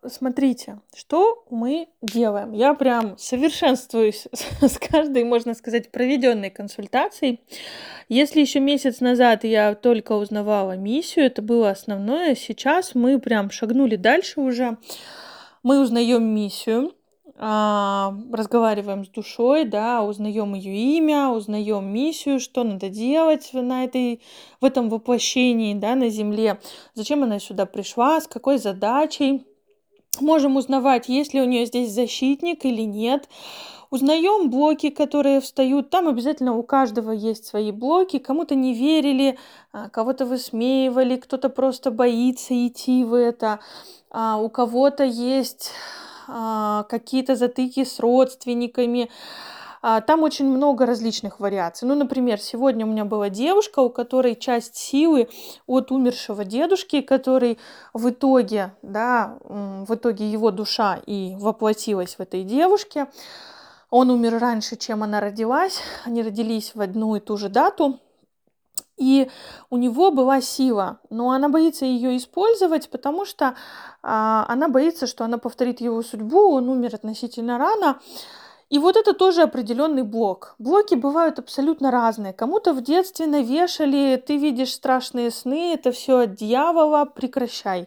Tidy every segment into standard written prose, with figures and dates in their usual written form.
Смотрите, что мы делаем. Я прям совершенствуюсь с каждой, можно сказать, проведенной консультацией. Если еще месяц назад я только узнавала миссию, это было основное, сейчас мы прям шагнули дальше уже. Мы узнаем миссию, разговариваем с душой, да, узнаем ее имя, узнаем миссию, что надо делать в этом воплощении, да, на Земле, зачем она сюда пришла, с какой задачей. Можем узнавать, есть ли у нее здесь защитник или нет. Узнаем блоки, которые встают. Там обязательно у каждого есть свои блоки. Кому-то не верили, кого-то высмеивали, кто-то просто боится идти в это. У кого-то есть какие-то затыки с родственниками. Там очень много различных вариаций. Ну, например, сегодня у меня была девушка, у которой часть силы от умершего дедушки, который в итоге, да, в итоге его душа и воплотилась в этой девушке. Он умер раньше, чем она родилась. Они родились в одну и ту же дату. И у него была сила, но она боится ее использовать, потому что она боится, что она повторит его судьбу, он умер относительно рано. И вот это тоже определенный блок. Блоки бывают абсолютно разные. Кому-то в детстве навешали, ты видишь страшные сны, это все от дьявола, прекращай.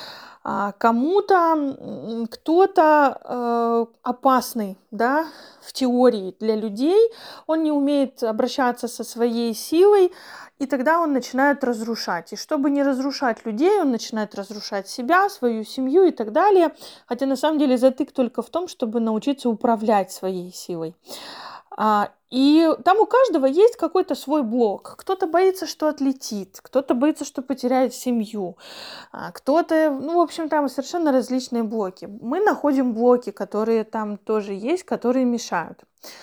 Кому-то кто-то опасный, да, в теории для людей, он не умеет обращаться со своей силой, и тогда он начинает разрушать. И чтобы не разрушать людей, он начинает разрушать себя, свою семью и так далее. Хотя на самом деле затык только в том, чтобы научиться управлять своей силой. И там у каждого есть какой-то свой блок. Кто-то боится, что отлетит, кто-то боится, что потеряет семью, кто-то, ну, в общем, там совершенно различные блоки. Мы находим блоки, которые там тоже есть, которые мешают.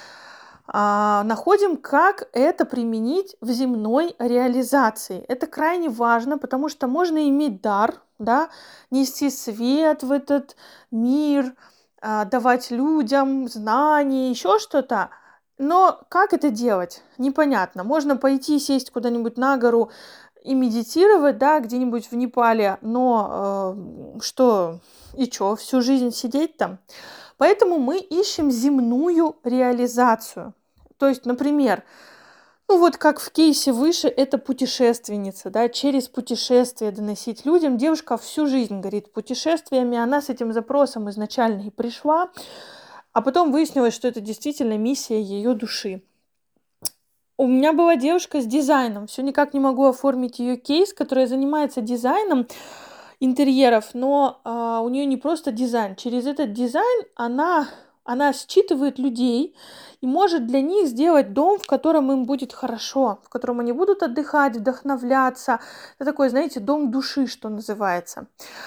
Находим, как это применить в земной реализации. Это крайне важно, потому что можно иметь дар, да, нести свет в этот мир, давать людям знания, еще что-то. Но как это делать? Непонятно. Можно пойти сесть куда-нибудь на гору и медитировать, да, где-нибудь в Непале, но всю жизнь сидеть там? Поэтому мы ищем земную реализацию. То есть, например, ну вот как в кейсе выше, это путешественница, да, через путешествие доносить людям. Девушка всю жизнь горит путешествиями, она с этим запросом изначально и пришла, а потом выяснилось, что это действительно миссия ее души. У меня была девушка с дизайном, все никак не могу оформить ее кейс, которая занимается дизайном интерьеров, но у нее не просто дизайн. Через этот дизайн она считывает людей и может для них сделать дом, в котором им будет хорошо, в котором они будут отдыхать, вдохновляться. Это такой, знаете, дом души, что называется.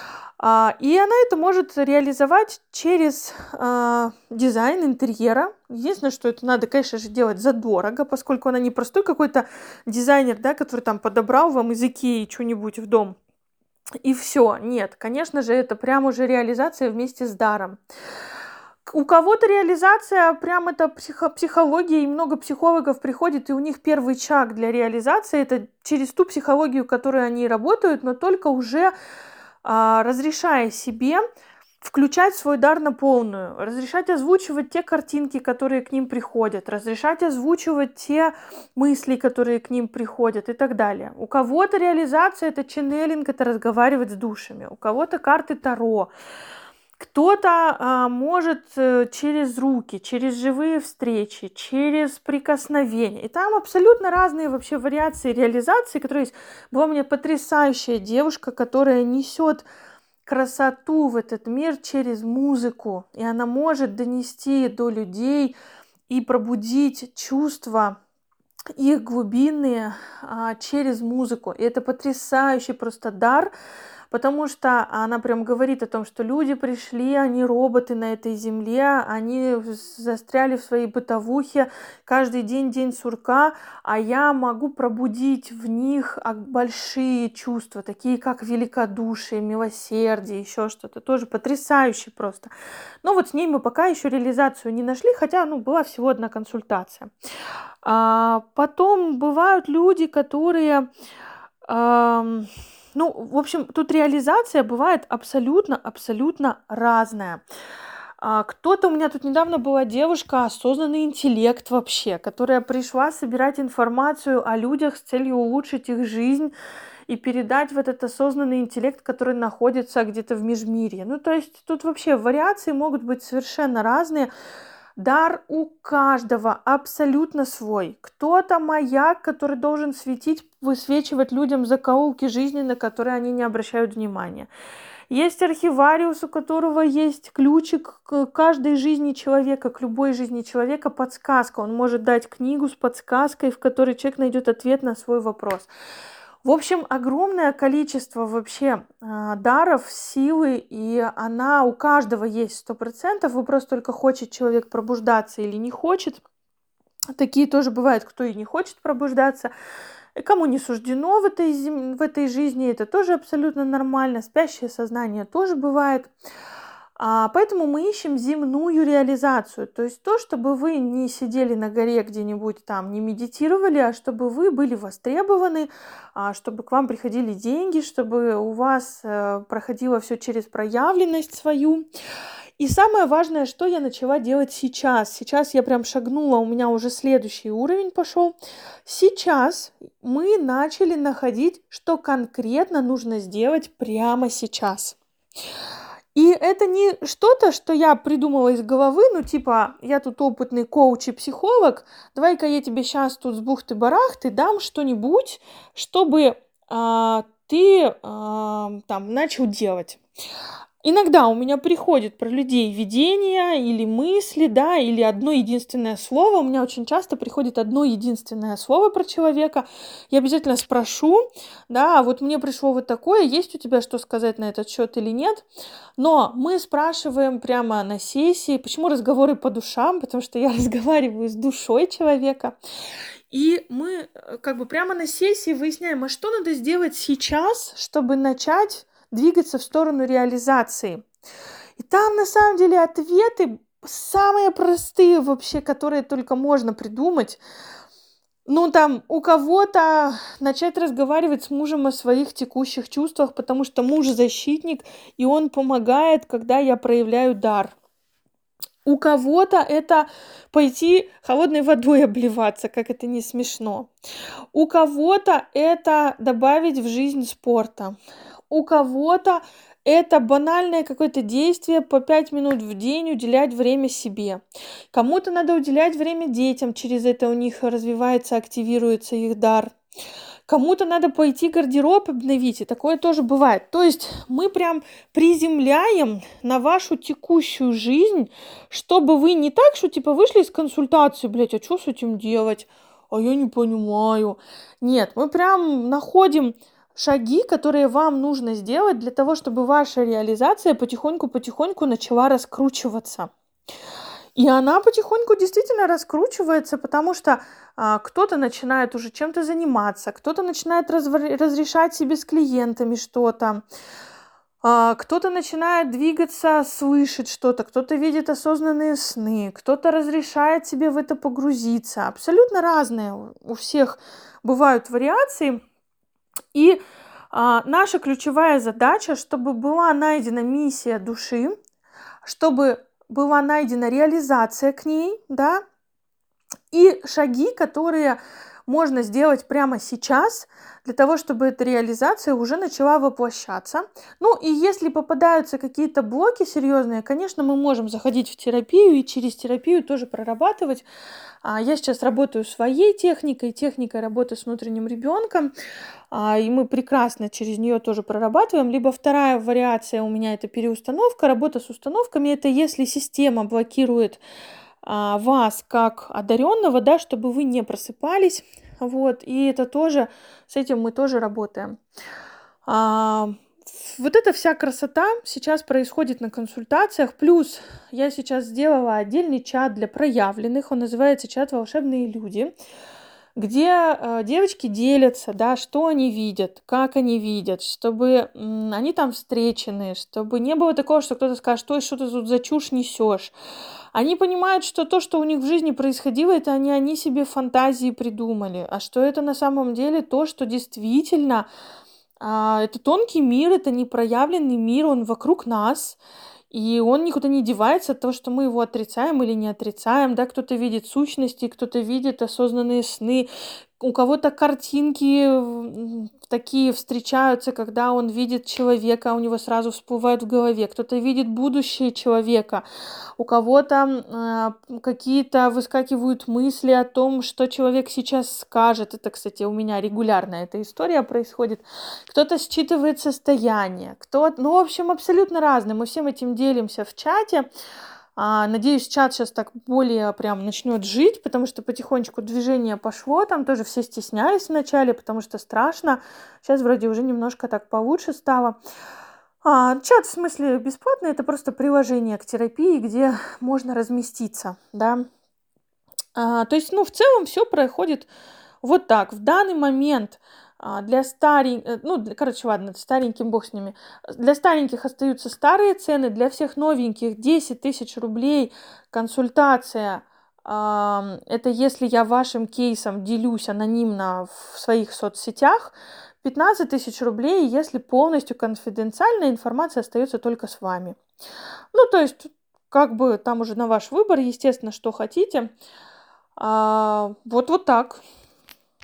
И она это может реализовать через дизайн интерьера. Единственное, что это надо, конечно же, делать задорого, поскольку она не простой какой-то дизайнер, да, который там подобрал вам из Икеи что-нибудь в дом. И все. Нет, конечно же, это прям уже реализация вместе с даром. У кого-то реализация, прям это психология, и много психологов приходит, и у них первый шаг для реализации – это через ту психологию, которой они работают, но только уже разрешая себе включать свой дар на полную, разрешать озвучивать те картинки, которые к ним приходят, разрешать озвучивать те мысли, которые к ним приходят и так далее. У кого-то реализация – это ченнелинг, это разговаривать с душами, у кого-то карты Таро, кто-то может через руки, через живые встречи, через прикосновения. И там абсолютно разные вообще вариации реализации, которые есть. Была у меня потрясающая девушка, которая несет красоту в этот мир через музыку. И она может донести до людей и пробудить чувства их глубинные через музыку. И это потрясающий просто дар, потому что она прям говорит о том, что люди пришли, они роботы на этой земле, они застряли в своей бытовухе, каждый день день сурка, а я могу пробудить в них большие чувства, такие как великодушие, милосердие, еще что-то. Тоже потрясающе просто. Но вот с ней мы пока еще реализацию не нашли, хотя, была всего одна консультация. Потом бывают люди, которые Ну, в общем, тут реализация бывает абсолютно разная. Кто-то у меня тут недавно была девушка, осознанный интеллект вообще, которая пришла собирать информацию о людях с целью улучшить их жизнь и передать в этот осознанный интеллект, который находится где-то в межмирье. Ну, то есть тут вообще вариации могут быть совершенно разные. Дар у каждого абсолютно свой. Кто-то маяк, который должен светить, высвечивать людям закоулки жизни, на которые они не обращают внимания. Есть архивариус, у которого есть ключик к каждой жизни человека, к любой жизни человека, подсказка. Он может дать книгу с подсказкой, в которой человек найдет ответ на свой вопрос. В общем, огромное количество вообще даров, силы, и она у каждого есть 100%. Вопрос только, хочет человек пробуждаться или не хочет. Такие тоже бывают, кто и не хочет пробуждаться. И кому не суждено в этой жизни, это тоже абсолютно нормально. Спящее сознание тоже бывает. Поэтому мы ищем земную реализацию. То есть то, чтобы вы не сидели на горе где-нибудь там, не медитировали, а чтобы вы были востребованы, чтобы к вам приходили деньги, чтобы у вас проходило все через проявленность свою. И самое важное, что я начала делать сейчас. Сейчас я прям шагнула, у меня уже следующий уровень пошел. Сейчас мы начали находить, что конкретно нужно сделать прямо сейчас. И это не что-то, что я придумала из головы, ну типа, я тут опытный коуч и психолог, давай-ка я тебе сейчас тут с бухты-барахты дам что-нибудь, чтобы ты там начал делать. Иногда у меня приходит про людей видения или мысли, да, или одно единственное слово. У меня очень часто приходит одно единственное слово про человека. Я обязательно спрошу, да, вот мне пришло вот такое, есть у тебя что сказать на этот счет или нет. Но мы спрашиваем прямо на сессии. Почему разговоры по душам? Потому что я разговариваю с душой человека. И мы как бы прямо на сессии выясняем, а что надо сделать сейчас, чтобы начать двигаться в сторону реализации. И там на самом деле ответы самые простые вообще, которые только можно придумать. Ну, там, у кого-то начать разговаривать с мужем о своих текущих чувствах, потому что муж защитник, и он помогает, когда я проявляю дар. У кого-то это пойти холодной водой обливаться, как это не смешно. У кого-то это добавить в жизнь спорта. У кого-то это банальное какое-то действие по 5 минут в день уделять время себе. Кому-то надо уделять время детям, через это у них развивается, активируется их дар. Кому-то надо пойти гардероб обновить, и такое тоже бывает. То есть мы прям приземляем на вашу текущую жизнь, чтобы вы не так, что типа вышли из консультации, блядь, а что с этим делать? А я не понимаю. Нет, мы прям находим шаги, которые вам нужно сделать для того, чтобы ваша реализация потихоньку-потихоньку начала раскручиваться. И она потихоньку действительно раскручивается, потому что кто-то начинает уже чем-то заниматься, кто-то начинает разрешать себе с клиентами что-то, кто-то начинает двигаться, слышать что-то, кто-то видит осознанные сны, кто-то разрешает себе в это погрузиться. Абсолютно разные у всех бывают вариации. И наша ключевая задача, чтобы была найдена миссия души, чтобы была найдена реализация к ней, да, и шаги, которые можно сделать прямо сейчас, для того, чтобы эта реализация уже начала воплощаться. Ну и если попадаются какие-то блоки серьезные, конечно, мы можем заходить в терапию и через терапию тоже прорабатывать. Я сейчас работаю своей техникой работы с внутренним ребенком, и мы прекрасно через нее тоже прорабатываем. Либо вторая вариация у меня это переустановка, работа с установками. Это если система блокирует вас как одаренного, да, чтобы вы не просыпались, вот, и это тоже, с этим мы тоже работаем. Вот эта вся красота сейчас происходит на консультациях, плюс я сейчас сделала отдельный чат для проявленных, он называется чат «Волшебные люди», где девочки делятся, да, что они видят, как они видят, чтобы они там встречены, чтобы не было такого, что кто-то скажет, что ты тут за чушь несешь. Они понимают, что то, что у них в жизни происходило, это они себе фантазии придумали, а что это на самом деле то, что действительно Это тонкий мир, это непроявленный мир, он вокруг нас, и он никуда не девается от того, что мы его отрицаем или не отрицаем, да. Кто-то видит сущности, кто-то видит осознанные сны, у кого-то картинки такие встречаются, когда он видит человека, у него сразу всплывают в голове, кто-то видит будущее человека, у кого-то какие-то выскакивают мысли о том, что человек сейчас скажет. Это, кстати, у меня регулярно эта история происходит. Кто-то считывает состояние, ну, в общем, абсолютно разные. Мы всем этим делимся в чате. Надеюсь, чат сейчас так более прям начнет жить, потому что потихонечку движение пошло. Там тоже все стеснялись вначале, потому что страшно. Сейчас вроде уже немножко так получше стало. Чат в смысле бесплатный, это просто приложение к терапии, где можно разместиться, да. То есть, ну, в целом все происходит вот так. В данный момент для короче, ладно, стареньким бог с ними. Для стареньких остаются старые цены, для всех новеньких 10 тысяч рублей консультация. Это если я вашим кейсом делюсь анонимно в своих соцсетях. 15 тысяч рублей, если полностью конфиденциальная информация остается только с вами. Ну, то есть, как бы там уже на ваш выбор, естественно, что хотите. Вот так.